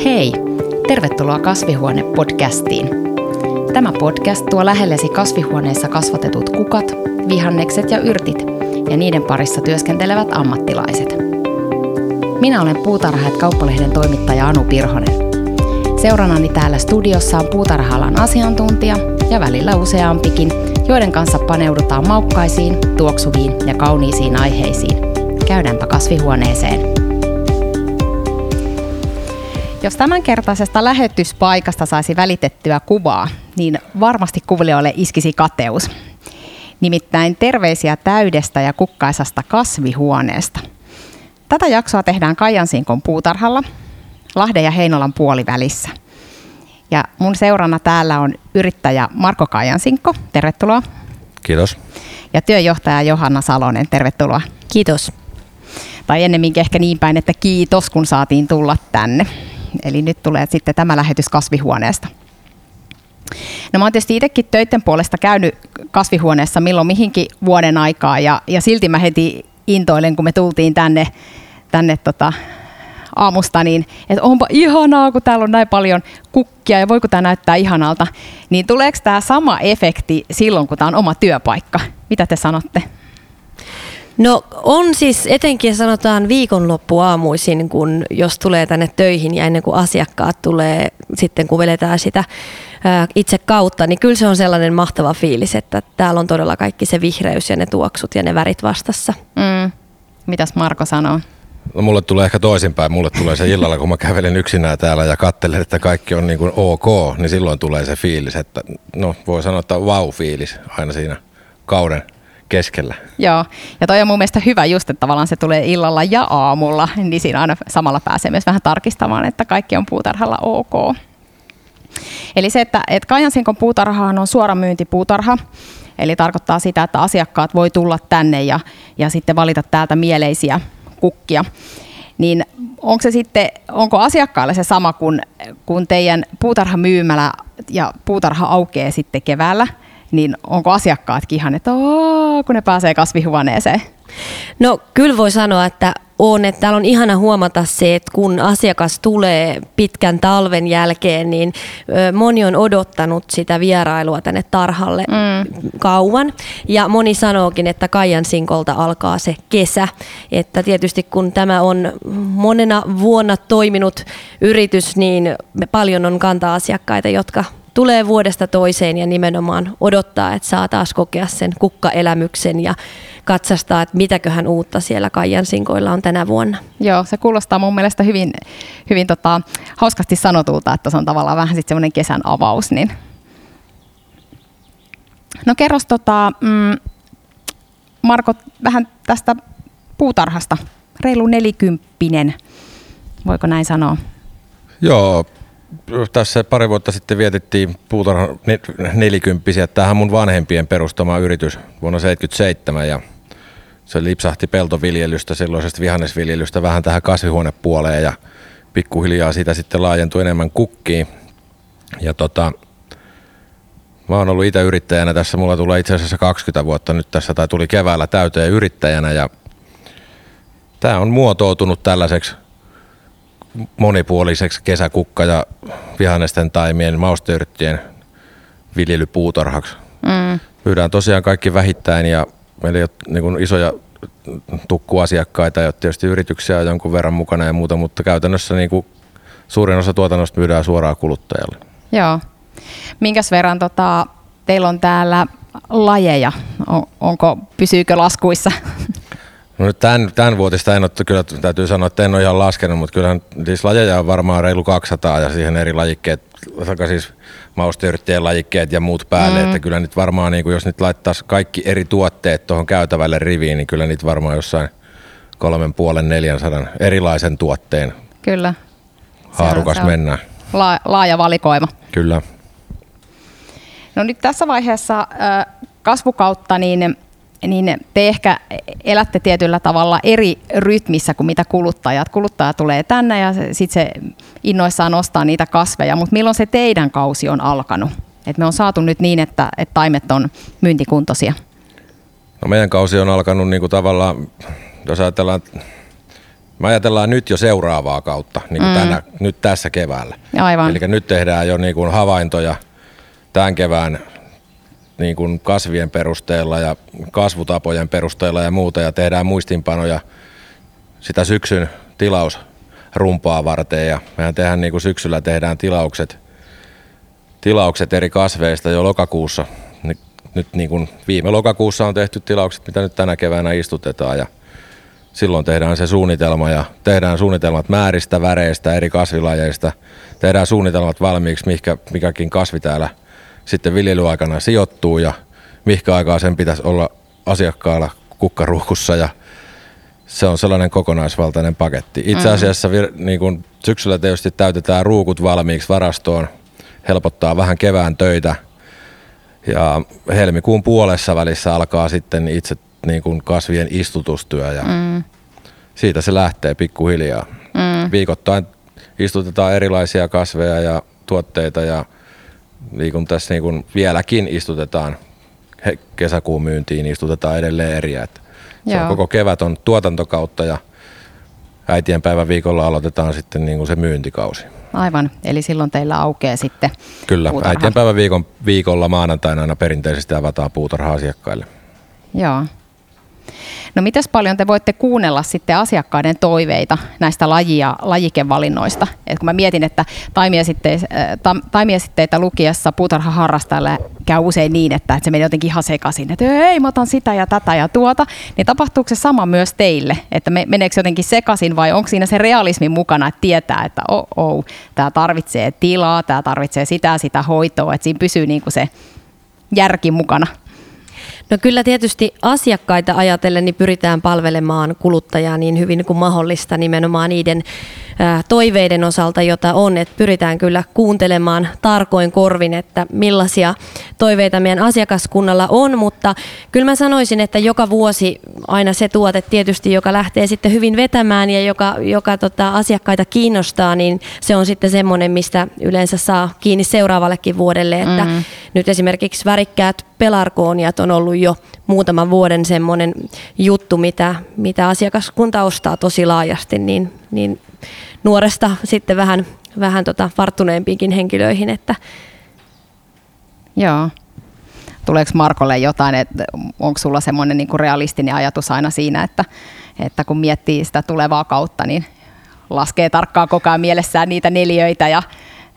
Hei! Tervetuloa Kasvihuone-podcastiin. Tämä podcast tuo lähellesi kasvihuoneessa kasvatetut kukat, vihannekset ja yrtit ja niiden parissa työskentelevät ammattilaiset. Minä olen Puutarha- Kauppalehden toimittaja Anu Pirhonen. Seurannani täällä studiossa on puutarha-alan asiantuntija ja välillä useampikin, joiden kanssa paneudutaan maukkaisiin, tuoksuviin ja kauniisiin aiheisiin. Käydäänpä kasvihuoneeseen. Jos tämänkertaisesta lähetyspaikasta saisi välitettyä kuvaa, niin varmasti kuulijoille iskisi kateus. Nimittäin terveisiä täydestä ja kukkaisasta kasvihuoneesta. Tätä jaksoa tehdään Kajansinkon puutarhalla, Lahden ja Heinolan puolivälissä. Ja mun seurana täällä on yrittäjä Marko Kajansinkko, tervetuloa. Kiitos. Ja työjohtaja Johanna Salonen, tervetuloa. Kiitos. Tai ennemminkin ehkä niin päin, että kiitos kun saatiin tulla tänne. Eli nyt tulee sitten tämä lähetys kasvihuoneesta. No mä oon tietysti itsekin töiden puolesta käynyt kasvihuoneessa milloin mihinkin vuoden aikaa ja silti mä heti intoilen, kun me tultiin tänne aamusta, niin että onpa ihanaa, kun täällä on näin paljon kukkia ja voiko tämä näyttää ihanalta. Niin tuleeko tämä sama efekti silloin, kun tämä on oma työpaikka? Mitä te sanotte? No on siis etenkin sanotaan viikonloppuaamuisin, kun jos tulee tänne töihin ja ennen kuin asiakkaat tulee sitten kun veletään sitä itse kautta, niin kyllä se on sellainen mahtava fiilis, että täällä on todella kaikki se vihreys ja ne tuoksut ja ne värit vastassa. Mitäs Marko sanoo? No, mulle tulee ehkä toisinpäin. Mulle tulee se illalla, kun mä kävelen yksinään täällä ja katselen, että kaikki on niin kuin ok, niin silloin tulee se fiilis, että no voi sanoa, että wow-fiilis aina siinä kauden keskellä. Joo, ja toi on mun mielestä hyvä just, että tavallaan se tulee illalla ja aamulla, niin siinä aina samalla pääsee myös vähän tarkistamaan, että kaikki on puutarhalla ok. Eli se, että Kajansinkon puutarhahan on suoramyyntipuutarha, eli tarkoittaa sitä, että asiakkaat voi tulla tänne ja sitten valita täältä mieleisiä kukkia. Niin onko asiakkaille se sama, kun teidän puutarhamyymälä ja puutarha aukeaa sitten keväällä, niin onko asiakkaatkin ihan, että kun ne pääsee kasvihuoneeseen? No kyllä voi sanoa, että täällä on ihana huomata se, että kun asiakas tulee pitkän talven jälkeen, niin moni on odottanut sitä vierailua tänne tarhalle kauan. Ja moni sanookin, että Kajansinkolta alkaa se kesä. Että tietysti kun tämä on monena vuonna toiminut yritys, niin paljon on kanta-asiakkaita, jotka tulee vuodesta toiseen ja nimenomaan odottaa, että saa taas kokea sen kukkaelämyksen ja katsastaa, että mitäköhän uutta siellä Kajansinkoilla on tänä vuonna. Joo, se kuulostaa mun mielestä hyvin hauskasti sanotulta, että se on tavallaan vähän sitten semmoinen kesän avaus. Niin. No kerros Marko vähän tästä puutarhasta. Reilu 40, voiko näin sanoa? Joo. Tässä pari vuotta sitten vietettiin puutarhan 40. Tämähän on mun vanhempien perustama yritys vuonna 1977 ja se lipsahti peltoviljelystä, silloisesta vihannesviljelystä vähän tähän kasvihuonepuoleen ja pikkuhiljaa siitä sitten laajentui enemmän kukkiin. Ja mä oon ollut itse yrittäjänä tässä, mulla tulee itse asiassa 20 vuotta nyt tässä tai tuli keväällä täyteen yrittäjänä ja tää on muotoutunut tällaiseksi monipuoliseksi kesäkukka- ja vihannesten taimien mausteyrttien viljelypuutarhaksi. Myydään tosiaan kaikki vähittäin ja meillä ei ole niin isoja tukkuasiakkaita ja tietysti yrityksiä on jonkun verran mukana ja muuta, mutta käytännössä niin kuin suurin osa tuotannosta myydään suoraan kuluttajalle. Joo. Minkäs verran teillä on täällä lajeja? Pysyykö laskuissa? No nyt tämän vuotista en ole, kyllä täytyy sanoa, että en ole ihan laskenut, mutta kyllähän siis lajeja on varmaan reilu 200 ja siihen eri lajikkeet, siis mausteyrttien lajikkeet ja muut päälle, että kyllä nyt varmaan, niin jos nyt laittaisi kaikki eri tuotteet tuohon käytävälle riviin, niin kyllä niitä varmaan jossain 350-400 erilaisen tuotteen kyllä. haarukas mennään. Laaja valikoima. Kyllä. No nyt tässä vaiheessa kasvukautta, niin te ehkä elätte tietyllä tavalla eri rytmissä kuin mitä kuluttajat. Kuluttaja tulee tänne ja sitten se innoissaan ostaa niitä kasveja, mutta milloin se teidän kausi on alkanut? Et me on saatu nyt niin, että taimet on myyntikuntoisia. No meidän kausi on alkanut niin kuin tavallaan, jos ajatellaan Me ajatellaan nyt jo seuraavaa kautta, niin kuin nyt tässä keväällä. Aivan. Eli nyt tehdään jo niin kuin havaintoja tämän kevään niin kuin kasvien perusteella ja kasvutapojen perusteella ja muuta, ja tehdään muistinpanoja sitä syksyn tilausrumpaa varten, ja mehän tehdään niin kuin syksyllä tehdään tilaukset eri kasveista jo lokakuussa. Nyt niin kuin viime lokakuussa on tehty tilaukset, mitä nyt tänä keväänä istutetaan, ja silloin tehdään se suunnitelma ja tehdään suunnitelmat määristä, väreistä, eri kasvilajeista. Tehdään suunnitelmat valmiiksi, mikäkin kasvi täällä sitten viljelyaikana sijoittuu ja mihinkä aikaa sen pitäisi olla asiakkaalla kukkaruukussa. Ja se on sellainen kokonaisvaltainen paketti. Itse asiassa niin kun syksyllä tietysti täytetään ruukut valmiiksi varastoon, helpottaa vähän kevään töitä. Ja helmikuun puolessa välissä alkaa sitten itse niin kuin kasvien istutustyö ja siitä se lähtee pikkuhiljaa. Viikoittain istutetaan erilaisia kasveja ja tuotteita ja niin kuin tässä niin kuin vieläkin istutetaan kesäkuun myyntiin, istutetaan edelleen eriä. Että se on koko kevät on tuotantokautta ja äitienpäivän viikolla aloitetaan sitten niin kuin se myyntikausi. Aivan, eli silloin teillä aukeaa sitten Kyllä, puutarha. äitienpäivän viikolla maanantaina aina perinteisesti avataan puutarha-asiakkaille. Joo. No mitäs paljon te voitte kuunnella sitten asiakkaiden toiveita näistä lajikevalinnoista? Et kun mä mietin, että taimiesitteitä lukiessa puutarhaharrastajalle käy usein niin, että se menee jotenkin ihan sekaisin, että ei, mä otan sitä ja tätä ja tuota, niin tapahtuuko se sama myös teille? Että meneekö jotenkin sekaisin vai onko siinä se realismi mukana, että tietää, että tämä tarvitsee tilaa, tämä tarvitsee sitä hoitoa, että siinä pysyy niin kuin se järki mukana? No kyllä tietysti asiakkaita ajatellen niin pyritään palvelemaan kuluttajaa niin hyvin kuin mahdollista nimenomaan niiden toiveiden osalta, jota on, että pyritään kyllä kuuntelemaan tarkoin korvin, että millaisia toiveita meidän asiakaskunnalla on, mutta kyllä mä sanoisin, että joka vuosi aina se tuote tietysti, joka lähtee sitten hyvin vetämään ja joka asiakkaita kiinnostaa, niin se on sitten semmoinen, mistä yleensä saa kiinni seuraavallekin vuodelle, että nyt esimerkiksi värikkäät pelargooniat on ollut jo muutaman vuoden semmoinen juttu, mitä asiakaskunta ostaa tosi laajasti, niin nuoresta sitten vähän varttuneempiinkin henkilöihin. Että. Joo. Tuleeko Markolle jotain, että onko sulla semmoinen niin kuin realistinen ajatus aina siinä, että kun miettii sitä tulevaa kautta, niin laskee tarkkaan koko ajan mielessään niitä neliöitä ja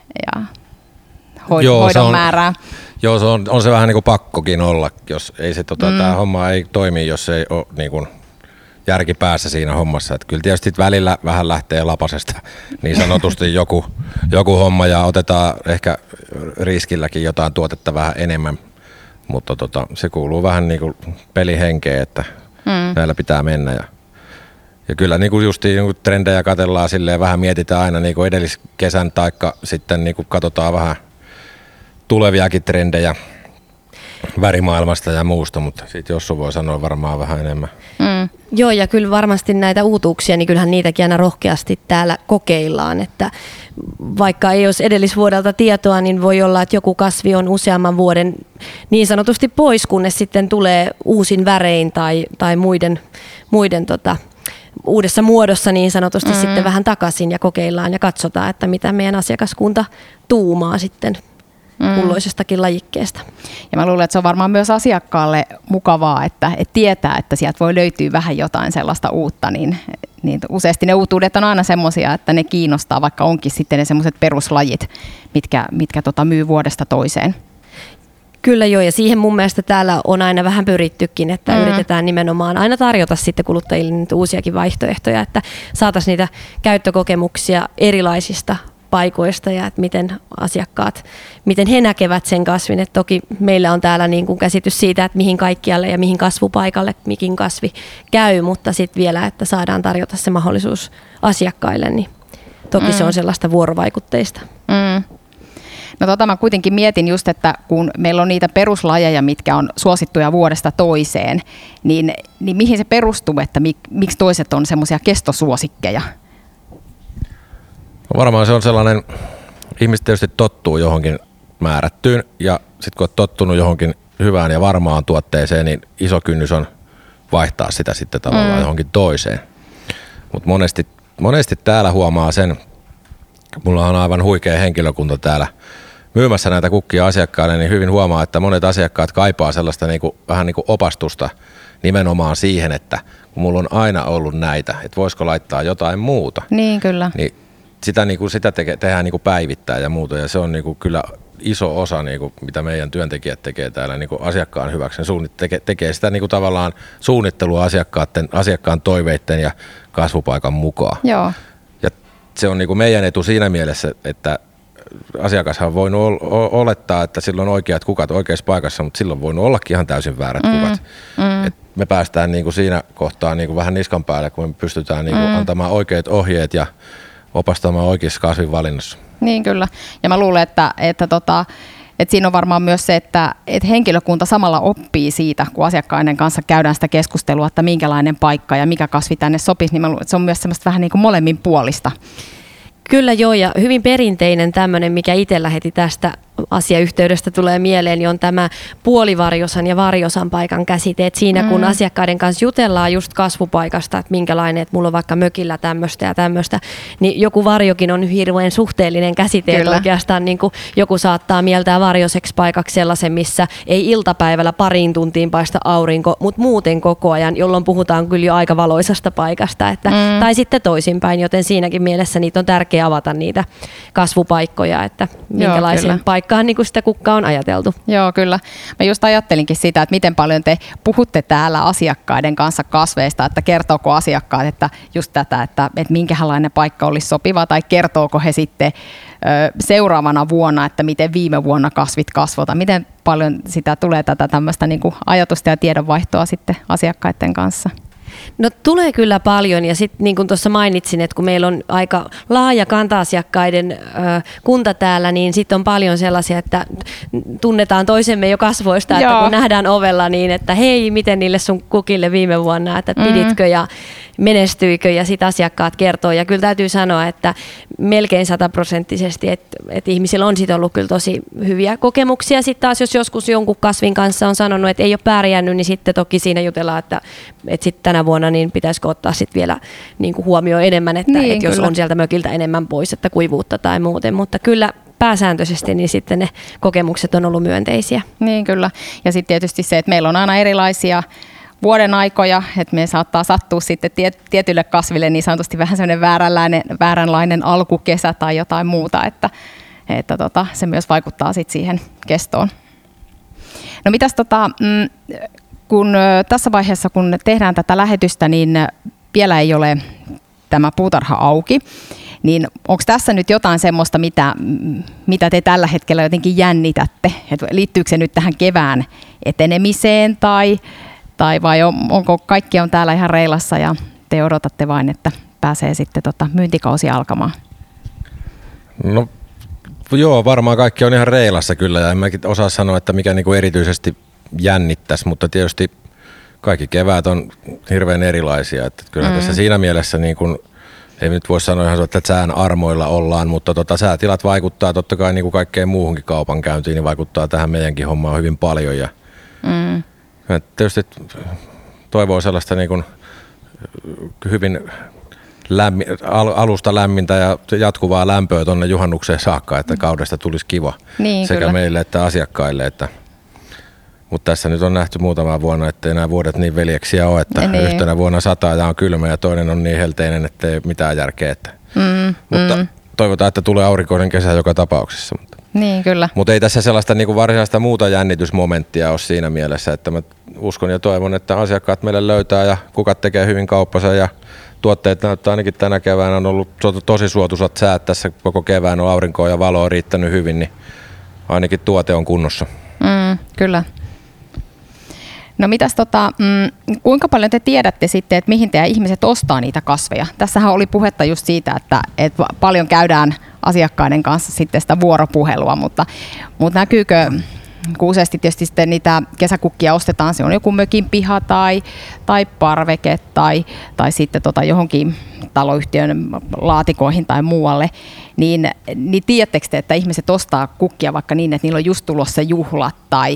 hoidon määrää? Joo, on se vähän niin kuin pakkokin olla, jos ei se tämä homma ei toimi, jos ei ole niin kuin järki päässä siinä hommassa. Että kyllä tietysti välillä vähän lähtee lapasesta niin sanotusti joku homma ja otetaan ehkä riskilläkin jotain tuotetta vähän enemmän, mutta se kuuluu vähän niin kuin pelihenkeen, että näillä pitää mennä. Ja kyllä niin kuin justiin niin kuin trendejä katsellaan silleen, vähän mietitään aina niin kuin edelliskesän taikka sitten niin kuin katsotaan vähän tuleviakin trendejä värimaailmasta ja muusta, mutta sitten Jossu voi sanoa varmaan vähän enemmän. Joo, ja kyllä varmasti näitä uutuuksia, niin kyllähän niitäkin aina rohkeasti täällä kokeillaan, että vaikka ei olisi edellisvuodelta tietoa, niin voi olla, että joku kasvi on useamman vuoden niin sanotusti pois, kunnes sitten tulee uusin värein tai muiden uudessa muodossa niin sanotusti sitten vähän takaisin ja kokeillaan ja katsotaan, että mitä meidän asiakaskunta tuumaa sitten kulloisestakin lajikkeesta. Ja mä luulen, että se on varmaan myös asiakkaalle mukavaa, että tietää, että sieltä voi löytyä vähän jotain sellaista uutta, niin useasti ne uutuudet on aina semmoisia, että ne kiinnostaa, vaikka onkin sitten ne semmoiset peruslajit, mitkä myy vuodesta toiseen. Kyllä joo, ja siihen mun mielestä täällä on aina vähän pyrittykin, että yritetään nimenomaan aina tarjota sitten kuluttajille niitä uusiakin vaihtoehtoja, että saataisiin niitä käyttökokemuksia erilaisista paikoista ja että miten he näkevät sen kasvin. Et toki meillä on täällä niin kuin käsitys siitä, että mihin kaikkialle ja mihin kasvupaikalle mikin kasvi käy, mutta sitten vielä, että saadaan tarjota se mahdollisuus asiakkaille, niin toki se on sellaista vuorovaikutteista. No mä kuitenkin mietin just, että kun meillä on niitä peruslajeja, mitkä on suosittuja vuodesta toiseen, niin mihin se perustuu, että miksi toiset on semmoisia kestosuosikkeja? No varmaan se on sellainen, ihmiset tietysti tottuu johonkin määrättyyn ja sitten kun olet tottunut johonkin hyvään ja varmaan tuotteeseen, niin iso kynnys on vaihtaa sitä sitten tavallaan johonkin toiseen. Mutta monesti täällä huomaa sen, mulla on aivan huikea henkilökunta täällä myymässä näitä kukkia asiakkaille, niin hyvin huomaa, että monet asiakkaat kaipaa sellaista vähän niin kuin opastusta nimenomaan siihen, että kun mulla on aina ollut näitä, että voisiko laittaa jotain muuta. Niin kyllä. Niin sitä tehdään niin kuin päivittäin ja muuta, ja se on niin kuin kyllä iso osa, niin kuin, mitä meidän työntekijät tekee täällä niin kuin asiakkaan hyväksi. Tekee sitä niin kuin tavallaan suunnittelua asiakkaan toiveiden ja kasvupaikan mukaan. Joo. Ja se on niin kuin meidän etu siinä mielessä, että asiakashan on voinut olettaa, että sillä on oikeat kukat oikeassa paikassa, mutta silloin on voinut ollakin ihan täysin väärät kukat. Et me päästään niin kuin siinä kohtaa niin kuin vähän niskan päälle, kun me pystytään niin kuin antamaan oikeat ohjeet ja opastamaan oikeassa kasvinvalinnassa. Niin kyllä. Ja mä luulen, että siinä on varmaan myös se, että henkilökunta samalla oppii siitä, kun asiakkaiden kanssa käydään sitä keskustelua, että minkälainen paikka ja mikä kasvi tänne sopisi, niin mä luulen, että se on myös semmoista vähän niin kuin molemminpuolista. Kyllä joo, ja hyvin perinteinen tämmöinen, mikä itsellä heti tästä asiayhteydestä tulee mieleen, niin on tämä puolivarjosan ja varjosan paikan käsite. Et siinä kun asiakkaiden kanssa jutellaan just kasvupaikasta, että minkälainen, että mulla on vaikka mökillä tämmöistä ja tämmöistä, niin joku varjokin on hirveän suhteellinen käsite. Että oikeastaan niin kuin joku saattaa mieltää varjoseksi paikaksi sellaisen, missä ei iltapäivällä pariin tuntiin paista aurinko, mutta muuten koko ajan, jolloin puhutaan kyllä jo aika valoisasta paikasta. Tai sitten toisinpäin, joten siinäkin mielessä niitä on tärkeää avata niitä kasvupaikkoja, että minkälaisen paikkaan niin kuin sitä kukkaa on ajateltu. Joo, kyllä. Mä just ajattelinkin sitä, että miten paljon te puhutte täällä asiakkaiden kanssa kasveista, että kertooko asiakkaat, että just tätä, että minkälainen paikka olisi sopiva, tai kertooko he sitten seuraavana vuonna, että miten viime vuonna kasvit kasvota, miten paljon sitä tulee tätä tämmöistä niin kuin ajatusta ja tiedonvaihtoa sitten asiakkaiden kanssa? No tulee kyllä paljon, ja sitten niin kuin tuossa mainitsin, että kun meillä on aika laaja kanta-asiakkaiden kunta täällä, niin sitten on paljon sellaisia, että tunnetaan toisemme jo kasvoista, että kun nähdään ovella niin, että hei, miten niille sun kukille viime vuonna, että piditkö ja menestyikö, ja sitten asiakkaat kertoo. Ja kyllä täytyy sanoa, että melkein 100%, että ihmisillä on sitten ollut kyllä tosi hyviä kokemuksia. Sitten taas jos joskus jonkun kasvin kanssa on sanonut, että ei ole pärjännyt, niin sitten toki siinä jutellaan, että sitten tänä vuonna niin pitäisikö ottaa sitten vielä niin kuin huomioon enemmän, että jos on sieltä mökiltä enemmän pois, että kuivuutta tai muuten. Mutta kyllä pääsääntöisesti niin sitten ne kokemukset on ollut myönteisiä. Niin kyllä. Ja sitten tietysti se, että meillä on aina erilaisia vuoden aikoja, että me saattaa sattua sitten tietylle kasville niin sanotusti vähän sellainen vääränlainen alkukesä tai jotain muuta, että se myös vaikuttaa sitten siihen kestoon. No mitäs kun tässä vaiheessa, kun tehdään tätä lähetystä, niin vielä ei ole tämä puutarha auki, niin onko tässä nyt jotain semmoista, mitä te tällä hetkellä jotenkin jännitätte? Et liittyykö se nyt tähän kevään etenemiseen vai onko kaikki on täällä ihan reilassa ja te odotatte vain, että pääsee sitten myyntikausi alkamaan? No joo, varmaan kaikki on ihan reilassa kyllä, ja en mäkin osaa sanoa, että mikä niinku erityisesti jännittäisi, mutta tietysti kaikki keväät on hirveän erilaisia. Että kyllähän tässä siinä mielessä, niin kun, ei nyt voi sanoa ihan, että sään armoilla ollaan, mutta säätilat vaikuttaa totta kai niin kuin kaikkeen muuhunkin kaupankäyntiin, niin vaikuttaa tähän meidänkin hommaan hyvin paljon. Ja tietysti toivoo sellaista niin kuin hyvin alusta lämmintä ja jatkuvaa lämpöä tuonne juhannukseen saakka, että kaudesta tulisi kiva sekä kyllä meille että asiakkaille. Mutta tässä nyt on nähty muutama vuonna, ettei nämä vuodet niin veljeksiä ole, että yhtenä vuonna sataa ja on kylmä ja toinen on niin helteinen, ettei mitään järkeä. Mutta toivotaan, että tulee aurinkoinen kesä joka tapauksessa. Niin, kyllä. Mutta ei tässä sellaista niinku varsinaista muuta jännitysmomenttia ole siinä mielessä, että mä uskon ja toivon, että asiakkaat meille löytää ja kukat tekee hyvin kauppansa ja tuotteet näyttää ainakin tänä keväänä on ollut tosi suotuisat säät tässä koko kevään, on aurinkoa ja valoa riittänyt hyvin, niin ainakin tuote on kunnossa. Kyllä. No mitäs kuinka paljon te tiedätte sitten, että mihin teidän ihmiset ostaa niitä kasveja? Tässähän oli puhetta just siitä, että paljon käydään asiakkaiden kanssa sitten sitä vuoropuhelua, mutta näkyykö, kun useasti tietysti sitten niitä kesäkukkia ostetaan, se on joku mökin piha tai parveke tai sitten johonkin taloyhtiön laatikoihin tai muualle, niin tiedättekö te, että ihmiset ostaa kukkia vaikka niin, että niillä on just tulossa juhlat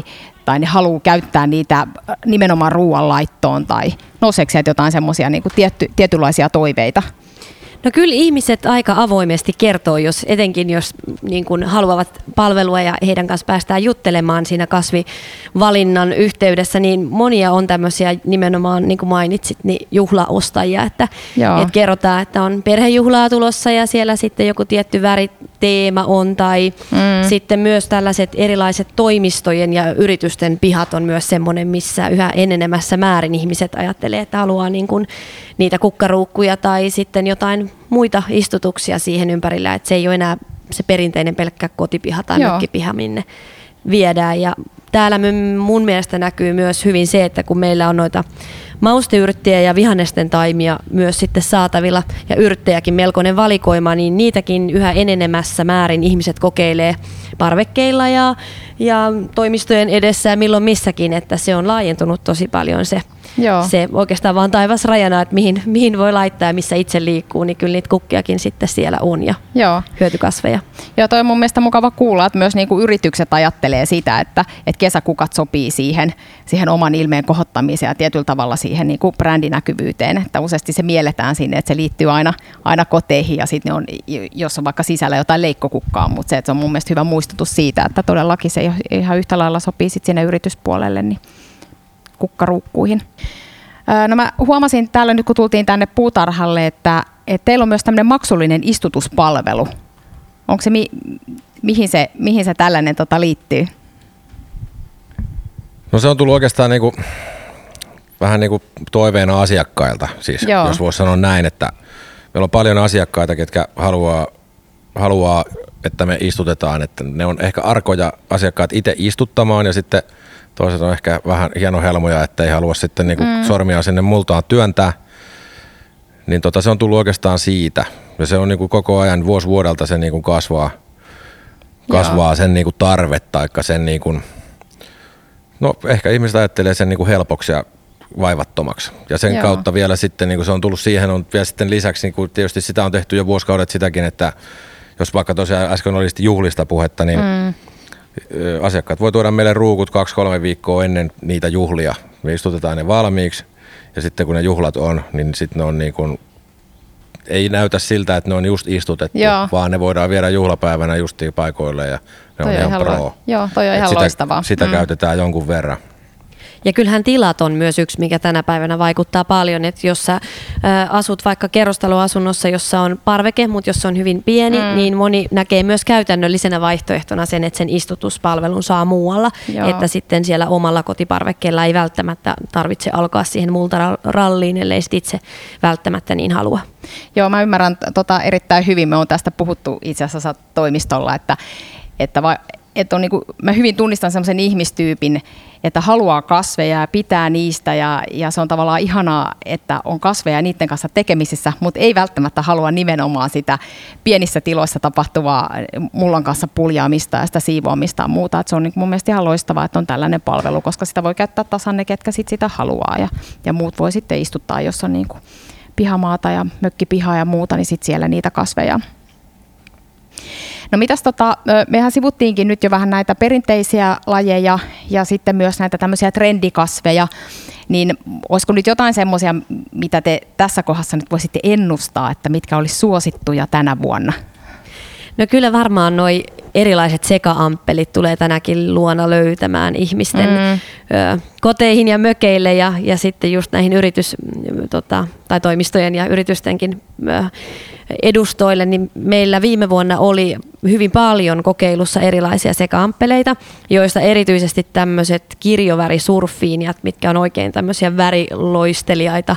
tai ne haluaa käyttää niitä nimenomaan ruoanlaittoon, tai nouseeko sieltä jotain semmoisia niin kuin tietynlaisia toiveita? No kyllä ihmiset aika avoimesti kertoo, etenkin jos niin kuin haluavat palvelua ja heidän kanssa päästään juttelemaan siinä kasvivalinnan yhteydessä, niin monia on tämmöisiä nimenomaan, niin kuin mainitsit, niin juhlaostajia, että kerrotaan, että on perhejuhlaa tulossa ja siellä sitten joku tietty väriteema on, tai sitten myös tällaiset erilaiset toimistojen ja yritysten pihat on myös semmoinen, missä yhä enenemässä määrin ihmiset ajattelee, että haluaa niin kuin niitä kukkaruukkuja tai sitten jotain muita istutuksia siihen ympärillä, että se ei ole enää se perinteinen pelkkä kotipiha tai mökkipiha, minne viedään. Ja täällä mun mielestä näkyy myös hyvin se, että kun meillä on noita mausteyrttejä ja vihannesten taimia myös sitten saatavilla ja yrttejäkin melkoinen valikoima, niin niitäkin yhä enenemässä määrin ihmiset kokeilee parvekkeilla ja toimistojen edessä ja milloin missäkin, että se on laajentunut tosi paljon se oikeastaan vaan taivas rajana, että mihin voi laittaa ja missä itse liikkuu, niin kyllä niitä kukkiakin sitten siellä on ja hyötykasveja. Joo, toi on mun mielestä mukava kuulla, että myös niinku yritykset ajattelee sitä, että kesäkukat sopii siihen oman ilmeen kohottamiseen ja tietyllä tavalla siihen niinku brändinäkyvyyteen, että useasti se mielletään sinne, että se liittyy aina koteihin ja sitten on, jos on vaikka sisällä jotain leikkokukkaa, mutta se on mun mielestä hyvä muistutus siitä, että todellakin se ihan yhtä lailla sopii sit sinne yrityspuolelle, niin kukkaruukkuihin. No mä huomasin täällä nyt kun tultiin tänne puutarhalle, että teillä on myös tämmöinen maksullinen istutuspalvelu. Onko se, mihin se tällainen liittyy? No se on tullut oikeastaan vähän toiveena asiakkailta, siis jos voisi sanoa näin, että meillä on paljon asiakkaita, ketkä haluaa, että me istutetaan, että ne on ehkä arkoja asiakkaat itse istuttamaan ja sitten toiset on ehkä vähän hienohelmoja, että ei halua sitten sormia sinne multaan työntää. Niin se on tullut oikeastaan siitä. Ja se on koko ajan vuosi vuodelta se kasvaa sen tarve taikka sen no ehkä ihmiset ajattelee sen helpoksi ja vaivattomaksi. Ja sen kautta vielä sitten se on tullut siihen on vielä sitten lisäksi tietysti sitä on tehty jo vuosikaudet sitäkin, että jos vaikka tosiaan äsken oli juhlista puhetta, niin asiakkaat voi tuoda meille ruukut 2-3 viikkoa ennen niitä juhlia. Me istutetaan ne valmiiksi ja sitten kun ne juhlat on, niin sitten ne on ei näytä siltä, että ne on just istutettu, vaan ne voidaan viedä juhlapäivänä justiin paikoille ja ne on ihan pro. Joo, toi on ihan loistavaa. Sitä käytetään jonkun verran. Ja kyllähän tilat on myös yksi, mikä tänä päivänä vaikuttaa paljon, että jos sä asut vaikka kerrostaloasunnossa, jossa on parveke, mutta jos se on hyvin pieni, niin moni näkee myös käytännöllisenä vaihtoehtona sen, että sen istutuspalvelun saa muualla, että sitten siellä omalla kotiparvekkeella ei välttämättä tarvitse alkaa siihen multaralliin, ellei sit itse välttämättä niin halua. Joo, mä ymmärrän erittäin hyvin. Me on tästä puhuttu itse asiassa toimistolla, että on mä hyvin tunnistan sellaisen ihmistyypin, että haluaa kasveja ja pitää niistä ja se on tavallaan ihanaa, että on kasveja niiden kanssa tekemisissä, mutta ei välttämättä halua nimenomaan sitä pienissä tiloissa tapahtuvaa mullan kanssa puljaamista ja sitä siivoamista ja muuta. Että se on mun mielestä ihan loistavaa, että on tällainen palvelu, koska sitä voi käyttää tasan ne, ketkä sitä haluaa ja muut voi sitten istuttaa, jos on pihamaata ja mökkipihaa ja muuta, niin sitten siellä niitä kasveja. No mitäs mehän sivuttiinkin nyt jo vähän näitä perinteisiä lajeja ja sitten myös näitä tämmöisiä trendikasveja, niin olisiko nyt jotain semmoisia, mitä te tässä kohdassa nyt voisitte ennustaa, että mitkä olisi suosittuja tänä vuonna? No kyllä varmaan noi erilaiset seka-amppelit tulee tänäkin luona löytämään ihmisten koteihin ja mökeille ja sitten just näihin tai toimistojen ja yritystenkin edustoille, niin meillä viime vuonna oli hyvin paljon kokeilussa erilaisia seka-amppeleita, joista erityisesti tämmöiset kirjovärisurfiinijat, mitkä on oikein tämmöisiä väriloistelijaita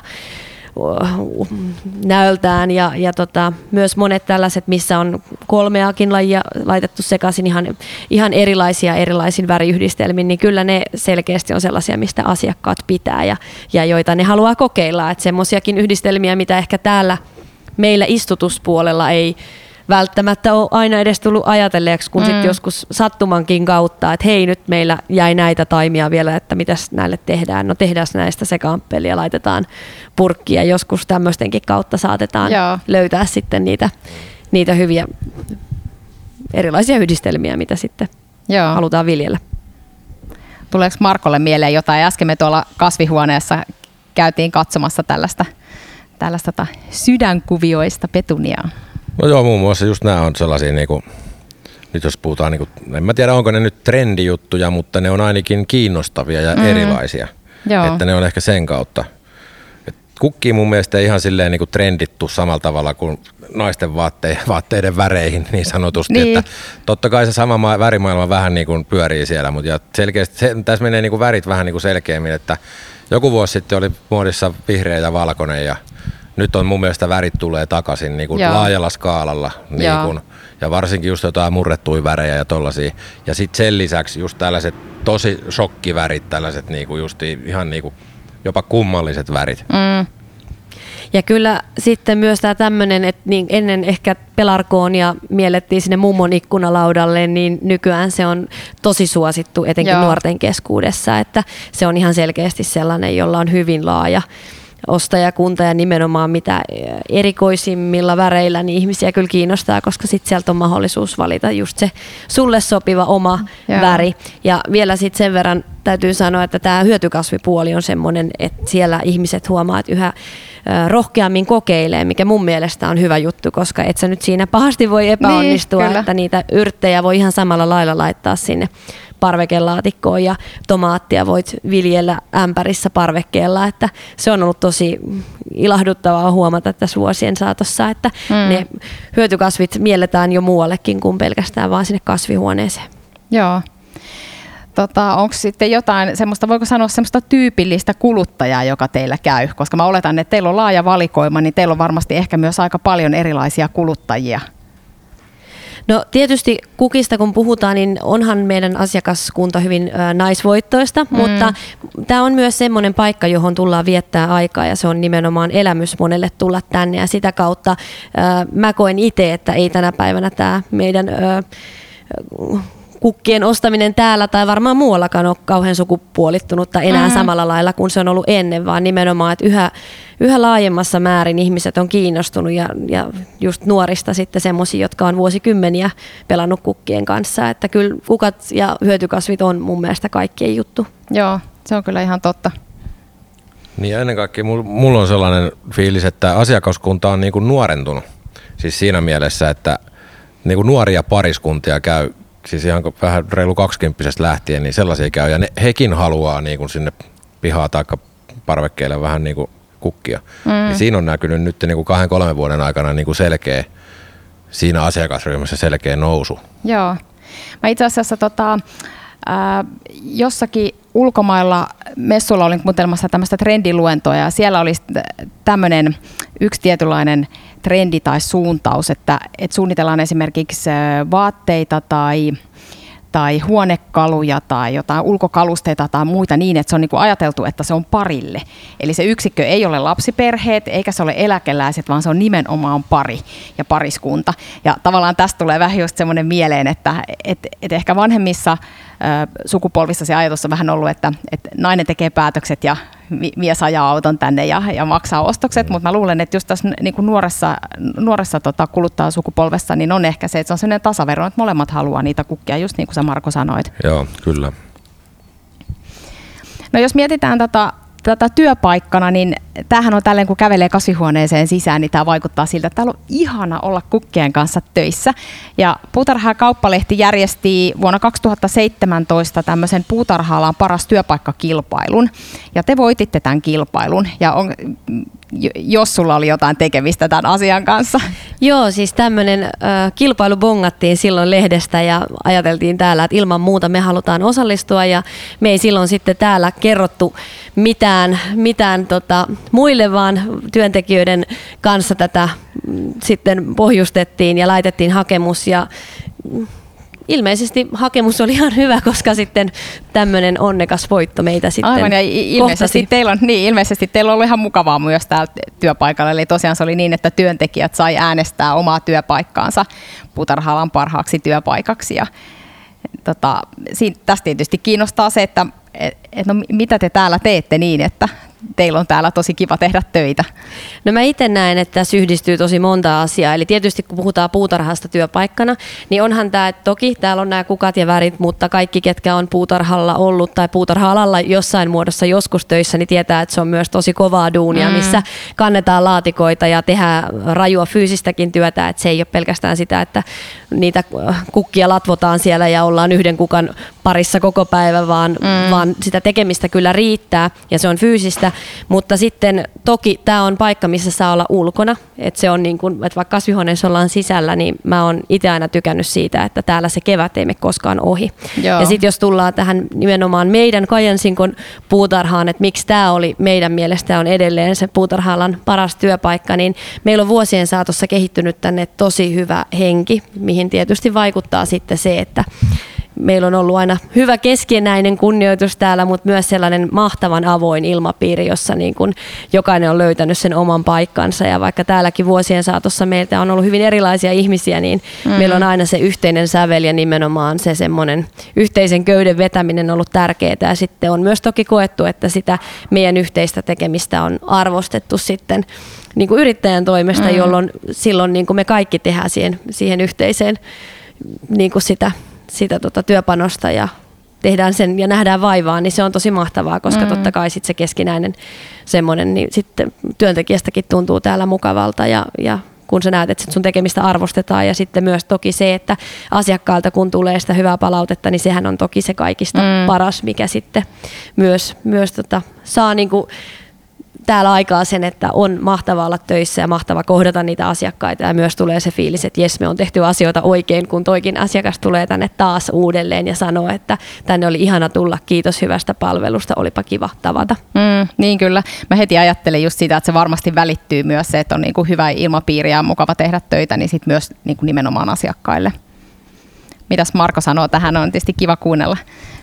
näöltään ja myös monet tällaiset, missä on 3 lajia laitettu sekaisin ihan erilaisin väriyhdistelmin, niin kyllä ne selkeästi on sellaisia, mistä asiakkaat pitää ja joita ne haluaa kokeilla. Että semmoisiakin yhdistelmiä, mitä ehkä täällä meillä istutuspuolella ei välttämättä ole aina edes tullut ajatelleeksi, kun sitten joskus sattumankin kautta, että hei, nyt meillä jäi näitä taimia vielä, että mitäs näille tehdään. No tehdään näistä seka-amppelia, laitetaan purkkia. Joskus tämmöistenkin kautta saatetaan löytää sitten niitä hyviä erilaisia yhdistelmiä, mitä sitten halutaan viljellä. Tuleeko Markolle mieleen jotain? Äsken me tuolla kasvihuoneessa käytiin katsomassa tällaista sydänkuvioista petuniaa. No joo, muun muassa just nämä on sellaisia, niinku, nyt jos puhutaan, niinku, en mä tiedä onko ne nyt trendijuttuja, mutta ne on ainakin kiinnostavia ja erilaisia. Joo. Että ne on ehkä sen kautta. Kukkii mun mielestä ihan silleen niinku trendittu samalla tavalla kuin naisten vaatteiden väreihin niin sanotusti. Niin. Että totta kai se sama värimaailma vähän niinku pyörii siellä, mutta selkeästi tässä menee niinku värit vähän niinku selkeämmin, että joku vuosi sitten oli muodissa vihreä ja valkoinen ja nyt on mun mielestä värit tulee takaisin niinku laajalla skaalalla niinku, ja varsinkin just jotain murrettuja värejä ja tollasia. Ja sitten sen lisäksi just tällaiset tosi shokkivärit, tällaiset niinku just ihan niinku jopa kummalliset värit. Ja kyllä sitten myös tämä tämmöinen, että niin ennen ehkä pelargoonia miellettiin sinne mummon ikkunalaudalle, niin nykyään se on tosi suosittu etenkin nuorten keskuudessa, että se on ihan selkeästi sellainen, jolla on hyvin laaja ostajakunta ja nimenomaan mitä erikoisimmilla väreillä niin ihmisiä kyllä kiinnostaa, koska sitten sieltä on mahdollisuus valita just se sulle sopiva oma väri. Ja vielä sitten sen verran täytyy sanoa, että tämä hyötykasvipuoli on semmoinen, että siellä ihmiset huomaa, että yhä rohkeammin kokeilee, mikä mun mielestä on hyvä juttu, koska et sä nyt siinä pahasti voi epäonnistua, niin, että niitä yrttejä voi ihan samalla lailla laittaa sinne parvekelaatikkoon ja tomaattia voit viljellä ämpärissä parvekkeella, että se on ollut tosi ilahduttavaa huomata tässä vuosien saatossa, että ne hyötykasvit mielletään jo muuallekin kuin pelkästään vaan sinne kasvihuoneeseen. Joo. Onko sitten jotain semmoista, voiko sanoa semmoista tyypillistä kuluttajaa, joka teillä käy? Koska mä oletan, että teillä on laaja valikoima, niin teillä on varmasti ehkä myös aika paljon erilaisia kuluttajia. No tietysti kukista kun puhutaan, niin onhan meidän asiakaskunta hyvin naisvoittoista, mutta tämä on myös semmoinen paikka, johon tullaan viettää aikaa ja se on nimenomaan elämys monelle tulla tänne ja sitä kautta mä koen itse, että ei tänä päivänä tämä meidän kukkien ostaminen täällä tai varmaan muuallakaan ole kauhean sukupuolittunutta enää samalla lailla kuin se on ollut ennen, vaan nimenomaan, että yhä laajemmassa määrin ihmiset on kiinnostunut ja just nuorista sitten semmoisia, jotka on vuosikymmeniä pelannut kukkien kanssa, että kyllä kukat ja hyötykasvit on mun mielestä kaikkien juttu. Joo, se on kyllä ihan totta. Niin ja ennen kaikkea mulla on sellainen fiilis, että asiakaskunta on niinku nuorentunut. Siis siinä mielessä, että niinku nuoria pariskuntia käy, siis ihan vähän reilu 20-vuotiaista lähtien, niin sellaisia käy. Ja hekin haluaa niinku sinne pihaa tai parvekkeelle vähän niinku kukkia. Niin siinä on näkynyt nyt niinku 2-3 vuoden aikana niinku selkeä, siinä asiakasryhmässä selkeä nousu. Joo. Mä itse asiassa jossakin ulkomailla messuilla olin kuuntelemassa tämmöistä trendiluentoa ja siellä oli tämmöinen yksi tietynlainen trendi tai suuntaus, että suunnitellaan esimerkiksi vaatteita tai huonekaluja tai jotain ulkokalusteita tai muita niin, että se on niin kuin ajateltu, että se on parille. Eli se yksikkö ei ole lapsiperheet eikä se ole eläkeläiset, vaan se on nimenomaan pari ja pariskunta. Ja tavallaan tästä tulee vähän just semmoinen mieleen, että ehkä vanhemmissa sukupolvissa se ajatus on vähän ollut, että nainen tekee päätökset ja mies ajaa auton tänne ja maksaa ostokset, mutta mä luulen, että just tässä niin kuin nuoressa kuluttajasukupolvessa niin on ehkä se, että se on sellainen tasavero, että molemmat haluaa niitä kukkia, just niin kuin sä Marko sanoit. Joo, kyllä. No jos mietitään tätä työpaikkana, niin tämähän on tälleen, kun kävelee kasvihuoneeseen sisään, niin tämä vaikuttaa siltä, että täällä on ihana olla kukkien kanssa töissä. Ja Puutarha- ja kauppalehti järjesti vuonna 2017 tämmöisen puutarha-alan paras työpaikkakilpailun. Ja te voititte tämän kilpailun. Ja jos sulla oli jotain tekemistä tämän asian kanssa. Joo, siis tämmöinen kilpailu bongattiin silloin lehdestä ja ajateltiin täällä, että ilman muuta me halutaan osallistua ja me ei silloin sitten täällä kerrottu mitään muille, vaan työntekijöiden kanssa tätä sitten pohjustettiin ja laitettiin hakemus ja ilmeisesti hakemus oli ihan hyvä, koska sitten tämmöinen onnekas voitto meitä sitten aivan, ja ilmeisesti teillä on ollut ihan mukavaa myös täällä työpaikalla. Eli tosiaan se oli niin, että työntekijät sai äänestää omaa työpaikkaansa puutarha-alan parhaaksi työpaikaksi. Ja, tästä tietysti kiinnostaa se, että no, mitä te täällä teette niin, että teillä on täällä tosi kiva tehdä töitä? No mä itse näen, että tässä yhdistyy tosi monta asiaa. Eli tietysti kun puhutaan puutarhasta työpaikkana, niin onhan tämä, että toki täällä on nämä kukat ja värit, mutta kaikki, ketkä on puutarhalla ollut tai puutarha-alalla jossain muodossa joskus töissä, niin tietää, että se on myös tosi kovaa duunia, missä kannetaan laatikoita ja tehdään rajua fyysistäkin työtä. Että se ei ole pelkästään sitä, että niitä kukkia latvotaan siellä ja ollaan yhden kukan parissa koko päivä, vaan sitä tekemistä kyllä riittää ja se on fyysistä, mutta sitten toki tämä on paikka, missä saa olla ulkona, että se on niin kuin, että vaikka kasvihuoneessa ollaan sisällä, niin mä oon itse aina tykännyt siitä, että täällä se kevät ei mene koskaan ohi. Joo. Ja sitten jos tullaan tähän nimenomaan meidän Kajansinkon puutarhaan, että miksi tämä oli meidän mielestä on edelleen se puutarha-alan paras työpaikka, niin meillä on vuosien saatossa kehittynyt tänne tosi hyvä henki, mihin tietysti vaikuttaa sitten se, että meillä on ollut aina hyvä keskinäinen kunnioitus täällä, mutta myös sellainen mahtavan avoin ilmapiiri, jossa niin kuin jokainen on löytänyt sen oman paikkansa. Ja vaikka täälläkin vuosien saatossa meiltä on ollut hyvin erilaisia ihmisiä, niin meillä on aina se yhteinen sävel ja nimenomaan se semmoinen yhteisen köyden vetäminen ollut tärkeää. Ja sitten on myös toki koettu, että sitä meidän yhteistä tekemistä on arvostettu sitten niin kuin yrittäjän toimesta, jolloin silloin niin kuin me kaikki tehdään siihen yhteiseen niin kuin sitä työpanosta ja tehdään sen ja nähdään vaivaa, niin se on tosi mahtavaa, koska totta kai sit se keskinäinen semmoinen, niin sitten työntekijästäkin tuntuu täällä mukavalta ja kun sä näet, että sun tekemistä arvostetaan ja sitten myös toki se, että asiakkaalta kun tulee sitä hyvää palautetta, niin sehän on toki se kaikista paras, mikä sitten myös saa niinku täällä aikaa sen, että on mahtava olla töissä ja mahtava kohdata niitä asiakkaita ja myös tulee se fiilis, että jes, me on tehty asioita oikein, kun toikin asiakas tulee tänne taas uudelleen ja sanoo, että tänne oli ihana tulla, kiitos hyvästä palvelusta, olipa kiva tavata. Niin kyllä. Mä heti ajattelen just sitä, että se varmasti välittyy myös se, että on niin kuin hyvä ilmapiiri ja mukava tehdä töitä, niin sitten myös niin kuin nimenomaan asiakkaille. Mitäs Marko sanoo tähän? On tietysti kiva kuunnella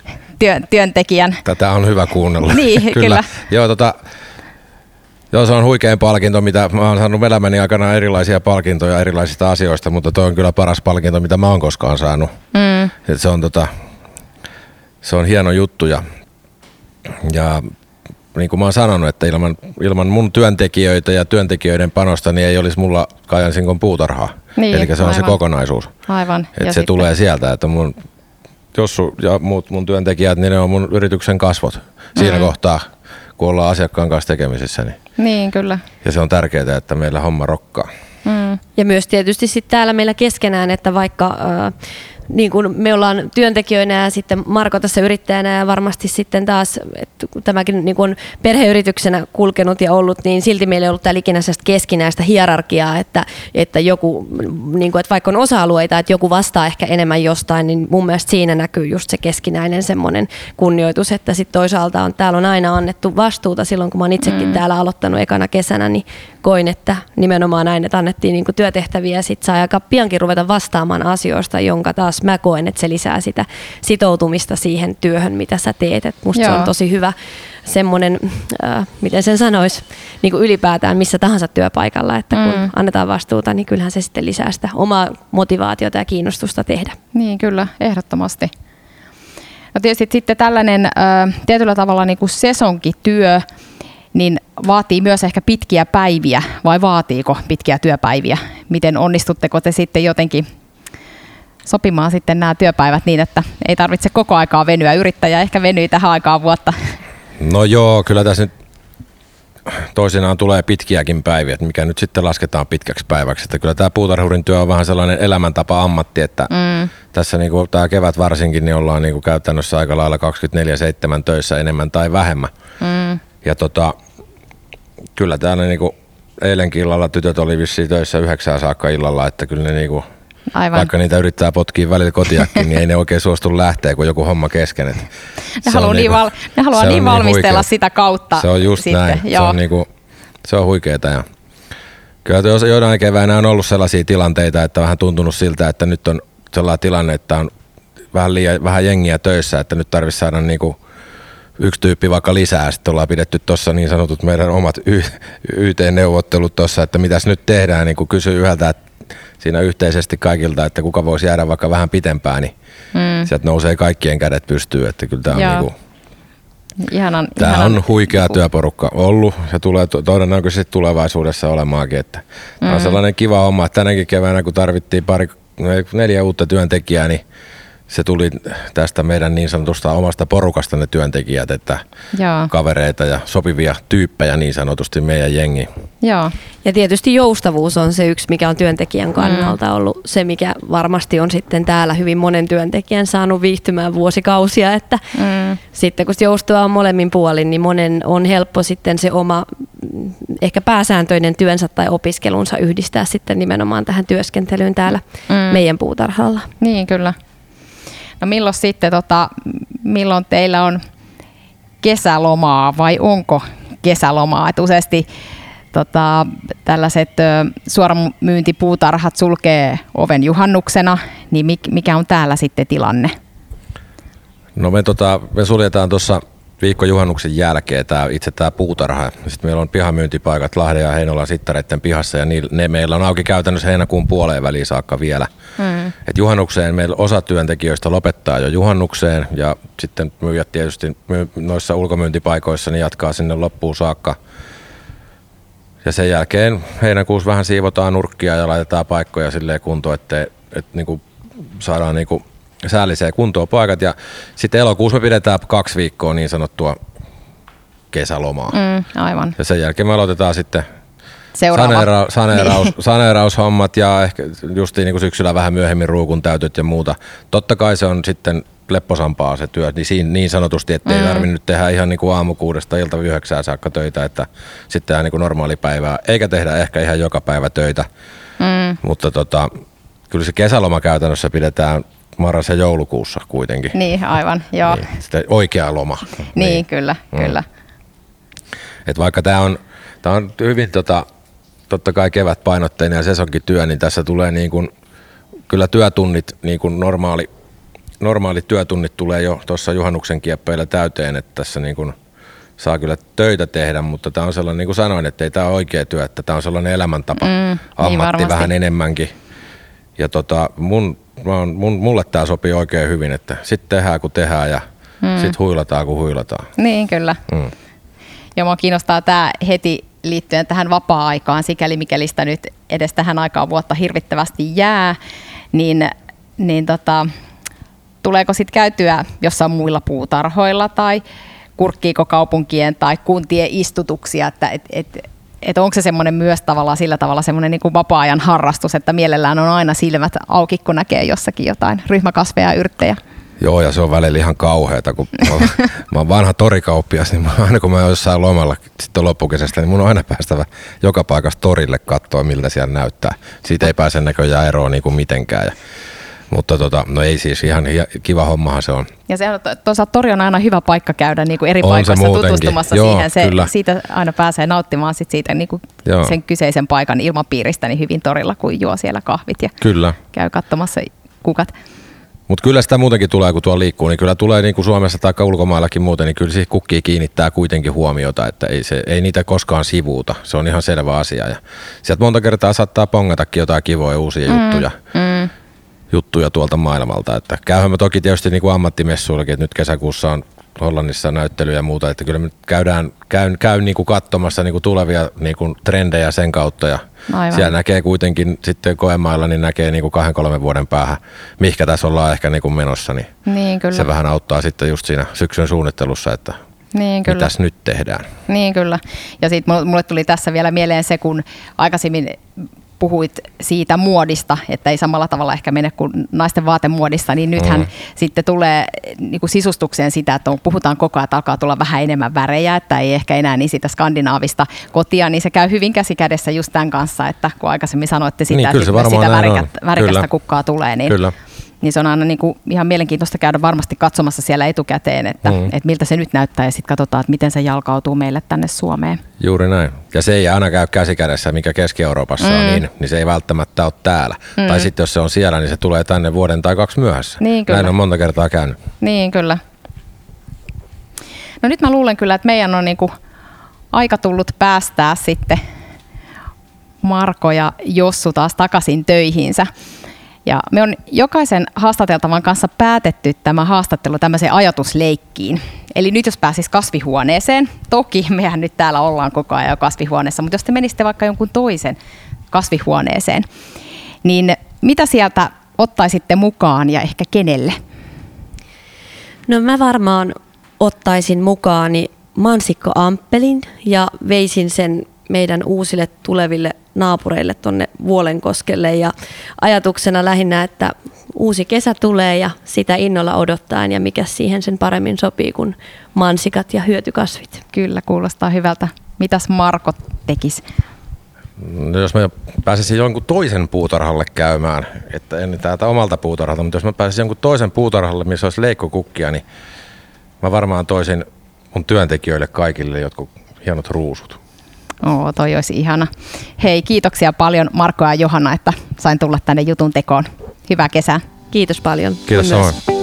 työntekijän. Tätä on hyvä kuunnella. Niin, kyllä. Joo, se on huikein palkinto, mitä mä oon saanut elämäni aikana erilaisia palkintoja erilaisista asioista, mutta toi on kyllä paras palkinto, mitä mä oon koskaan saanut. Se on hieno juttu ja niin kuin mä oon sanonut, että ilman mun työntekijöitä ja työntekijöiden panosta niin ei olisi mulla Kajansinkon puutarhaa. Niin, eli se on aivan se kokonaisuus. Aivan. Että se tulee sieltä, että Jossu ja muut mun työntekijät, niin ne on mun yrityksen kasvot siinä kohtaa, kun ollaan asiakkaan kanssa tekemisissä. Niin, kyllä. Ja se on tärkeää, että meillä homma rokkaa. Ja myös tietysti sit täällä meillä keskenään, että vaikka niin kuin me ollaan työntekijöinä ja sitten Marko tässä yrittäjänä ja varmasti sitten taas tämäkin niin kuin perheyrityksenä kulkenut ja ollut, niin silti meillä ei ollut täällä ikinä keskinäistä hierarkiaa, että joku, niin kuin, että vaikka on osa-alueita, että joku vastaa ehkä enemmän jostain, niin mun mielestä siinä näkyy just se keskinäinen semmoinen kunnioitus, että sitten toisaalta täällä on aina annettu vastuuta silloin, kun mä oon itsekin täällä aloittanut ekana kesänä, niin koin, että nimenomaan näin, että annettiin niin kuin työtehtäviä ja sitten saa aika piankin ruveta vastaamaan asioista, jonka taas mä koen, että se lisää sitä sitoutumista siihen työhön, mitä sä teet. Et musta se on tosi hyvä semmoinen, miten sen sanoisi, niin kuin ylipäätään missä tahansa työpaikalla, että kun annetaan vastuuta, niin kyllähän se sitten lisää sitä omaa motivaatiota ja kiinnostusta tehdä. Niin kyllä, ehdottomasti. No tietysti sitten tällainen tietyllä tavalla niin kuin sesonkityö, niin vaatii myös ehkä pitkiä päiviä, vai vaatiiko pitkiä työpäiviä? Miten onnistutteko te sitten jotenkin sopimaan sitten nämä työpäivät niin, että ei tarvitse koko aikaa venyä? Yrittäjä ehkä venyi tähän aikaan vuotta. No joo, kyllä tässä nyt toisinaan tulee pitkiäkin päiviä, mikä nyt sitten lasketaan pitkäksi päiväksi. Että kyllä tämä puutarhurin työ on vähän sellainen elämäntapa-ammatti, että tässä niinku, tämä kevät varsinkin niin ollaan niinku käytännössä aika lailla 24/7 töissä enemmän tai vähemmän. Ja kyllä täällä niinku eilenkin illalla tytöt oli vissiin töissä 9 saakka illalla, että kyllä ne niinku, vaikka niitä yrittää potkia välillä kotiakin, niin ei ne oikein suostu lähteä, kun joku homma kesken. Ne haluaa niin valmistella sitä kautta. Se on just sitten näin. Se on huikeeta. Ja kyllä joitain keväänä on ollut sellaisia tilanteita, että on vähän tuntunut siltä, että nyt on sellainen tilanne, että on vähän jengiä töissä, että nyt tarvitsisi saada niinku yksi tyyppi vaikka lisää. Sitten ollaan pidetty tuossa niin sanotut meidän omat YT-neuvottelut tuossa, että mitäs nyt tehdään, niin kun kysyy yhdeltä siinä yhteisesti kaikilta, että kuka voisi jäädä vaikka vähän pitempään, niin sieltä nousee kaikkien kädet pystyyn, että kyllä tämä on niinku Tämä on huikea työporukka ollut ja tulee todennäköisesti tulevaisuudessa olemaankin. Että tämä on sellainen kiva homma, että tänäkin keväänä kun tarvittiin 4 uutta työntekijää, niin se tuli tästä meidän niin sanotusta omasta porukasta ne työntekijät, että kavereita ja sopivia tyyppejä niin sanotusti meidän jengi. Joo. Ja tietysti joustavuus on se yksi, mikä on työntekijän kannalta ollut se, mikä varmasti on sitten täällä hyvin monen työntekijän saanut viihtymään vuosikausia, että sitten kun joustoa on molemmin puolin, niin monen on helppo sitten se oma ehkä pääsääntöinen työnsä tai opiskelunsa yhdistää sitten nimenomaan tähän työskentelyyn täällä meidän puutarhalla. Niin, kyllä. No milloin teillä on kesälomaa vai onko kesälomaa? Et useasti tällaiset suoramyyntipuutarhat sulkee oven juhannuksena, niin mikä on täällä sitten tilanne? No me suljetaan tuossa viikko juhannuksen jälkeen itse tämä puutarha. Sitten meillä on pihamyyntipaikat Lahden ja Heinolan Sittareiden pihassa ja ne meillä on auki käytännössä heinäkuun puoleen väliin saakka vielä. Et juhannukseen meillä osa työntekijöistä lopettaa jo juhannukseen ja sitten myyjät tietysti noissa ulkomyyntipaikoissa niin jatkaa sinne loppuun saakka. Ja sen jälkeen heinäkuussa vähän siivotaan nurkkia ja laitetaan paikkoja silleen kuntoon, että niinku saadaan niinku säälliseen kuntoon paikat ja sitten elokuussa me pidetään 2 viikkoa niin sanottua kesälomaa. Aivan. Ja sen jälkeen me aloitetaan sitten saneeraushommat ja ehkä justiin niin kuin syksyllä vähän myöhemmin ruukun täytöt ja muuta. Totta kai se on sitten lepposampaa se työ, niin sanotusti, ettei tarvitse nyt tehdä ihan niin kuin aamu 6 ilta 9 saakka töitä, että sitten tehdään niin kuin normaalipäivää, eikä tehdä ehkä ihan joka päivä töitä. Mutta kyllä se kesäloma käytännössä pidetään marras- ja joulukuussa kuitenkin. Niin, aivan, joo. Niin, sitten oikea loma. Niin, kyllä. Et vaikka tämä on hyvin totta kai kevätpainotteinen ja sesonkityö, niin tässä tulee niin kun, kyllä työtunnit, niin kun normaalit työtunnit tulee jo tuossa juhannuksen kieppeillä täyteen, että tässä niin kun saa kyllä töitä tehdä, mutta tämä on sellainen, niin kuin sanoin, että ei tämä ole oikea työ, että tämä on sellainen elämäntapa, ammatti niin vähän enemmänkin. Ja mulle tämä sopii oikein hyvin, että sitten tehdään kun tehdään ja sitten huilataan kun huilataan. Niin, kyllä. Ja mua kiinnostaa tämä heti liittyen tähän vapaa-aikaan, sikäli mikäli sitä nyt edes tähän aikaan vuotta hirvittävästi jää, niin tuleeko sitten käytyä jossain muilla puutarhoilla tai kurkkiiko kaupunkien tai kuntien istutuksia, että onko se semmoinen myös tavallaan sillä tavalla semmoinen niin kuin vapaa-ajan harrastus, että mielellään on aina silmät auki, kun näkee jossakin jotain ryhmäkasveja ja yrttejä? Joo, ja se on välillä ihan kauheata, kun mä oon vanha torikauppias, niin aina kun mä oon jossain lomalla sitten loppukesästä, niin mun on aina päästävä joka paikassa torille katsoa, miltä siellä näyttää. Siitä ei pääse näköjään eroon niin kuin mitenkään. Mutta no ei siis, ihan kiva hommahan se on. Ja se on toisaalta tori on aina hyvä paikka käydä niin kuin eri paikoissa tutustumassa siihen. Siitä aina pääsee nauttimaan siitä niin kuin sen kyseisen paikan ilmapiiristä niin hyvin torilla, kun juo siellä kahvit ja käy katsomassa kukat. Mutta kyllä sitä muutenkin tulee, kun tuolla liikkuu, niin kyllä tulee niin kuin Suomessa tai ulkomaillakin muuten, niin kyllä siihen kukkia kiinnittää kuitenkin huomiota, että ei niitä koskaan sivuuta. Se on ihan selvä asia. Ja sieltä monta kertaa saattaa pongatakin jotain kivoja uusia juttuja tuolta maailmalta. Että käyhän me toki tietysti niin kuin ammattimessuillakin, että nyt kesäkuussa on Hollannissa näyttelyjä ja muuta, että kyllä me käyn niin kuin katsomassa niin kuin tulevia niin kuin trendejä sen kautta ja siellä näkee kuitenkin sitten koemailla, niin näkee niin kuin 2-3 vuoden päähän, mihinkä tässä ollaan ehkä niin kuin menossa, niin kyllä. Se vähän auttaa sitten just siinä syksyn suunnittelussa, että mitäs nyt tehdään. Niin kyllä. Ja sitten mulle tuli tässä vielä mieleen se, kun aikaisemmin puhuit siitä muodista, että ei samalla tavalla ehkä mene kuin naisten vaatemuodista, niin nythän sitten tulee niin kuin sisustukseen sitä, että puhutaan koko ajan, että alkaa tulla vähän enemmän värejä, että ei ehkä enää niin sitä skandinaavista kotia, niin se käy hyvin käsikädessä just tämän kanssa, että kun aikaisemmin sanoitte sitä, niin, että sitä värikästä kukkaa tulee, niin se on aina niin kuin ihan mielenkiintoista käydä varmasti katsomassa siellä etukäteen, että miltä se nyt näyttää ja sitten katsotaan, että miten se jalkautuu meille tänne Suomeen. Juuri näin. Ja se ei aina käy käsikädessä, mikä Keski-Euroopassa on niin se ei välttämättä ole täällä. Tai sitten jos se on siellä, niin se tulee tänne vuoden tai 2 myöhässä. Niin, näin on monta kertaa käynyt. Niin, kyllä. No nyt mä luulen kyllä, että meidän on niin kuin aika tullut päästää sitten Marko ja Jossu taas takaisin töihinsä. Ja me on jokaisen haastateltavan kanssa päätetty tämä haastattelu tämmöiseen ajatusleikkiin. Eli nyt jos pääsis kasvihuoneeseen, toki mehän nyt täällä ollaan koko ajan kasvihuoneessa, mutta jos te menisitte vaikka jonkun toisen kasvihuoneeseen, niin mitä sieltä ottaisitte mukaan ja ehkä kenelle? No mä varmaan ottaisin mukaani mansikkoamppelin ja veisin sen meidän uusille tuleville naapureille tuonne Vuolenkoskelle ja ajatuksena lähinnä, että uusi kesä tulee ja sitä innolla odottaen ja mikä siihen sen paremmin sopii kuin mansikat ja hyötykasvit. Kyllä, kuulostaa hyvältä. Mitäs Marko tekisi? No jos mä pääsisin jonkun toisen puutarhalle käymään, että en täältä omalta puutarhalta, mutta jos mä pääsisin jonkun toisen puutarhalle, missä olisi leikkokukkia, niin mä varmaan toisin mun työntekijöille kaikille jotkut hienot ruusut. Toi olisi ihana. Hei, kiitoksia paljon Marko ja Johanna, että sain tulla tänne jutun tekoon. Hyvää kesää. Kiitos paljon. Kiitos samoin.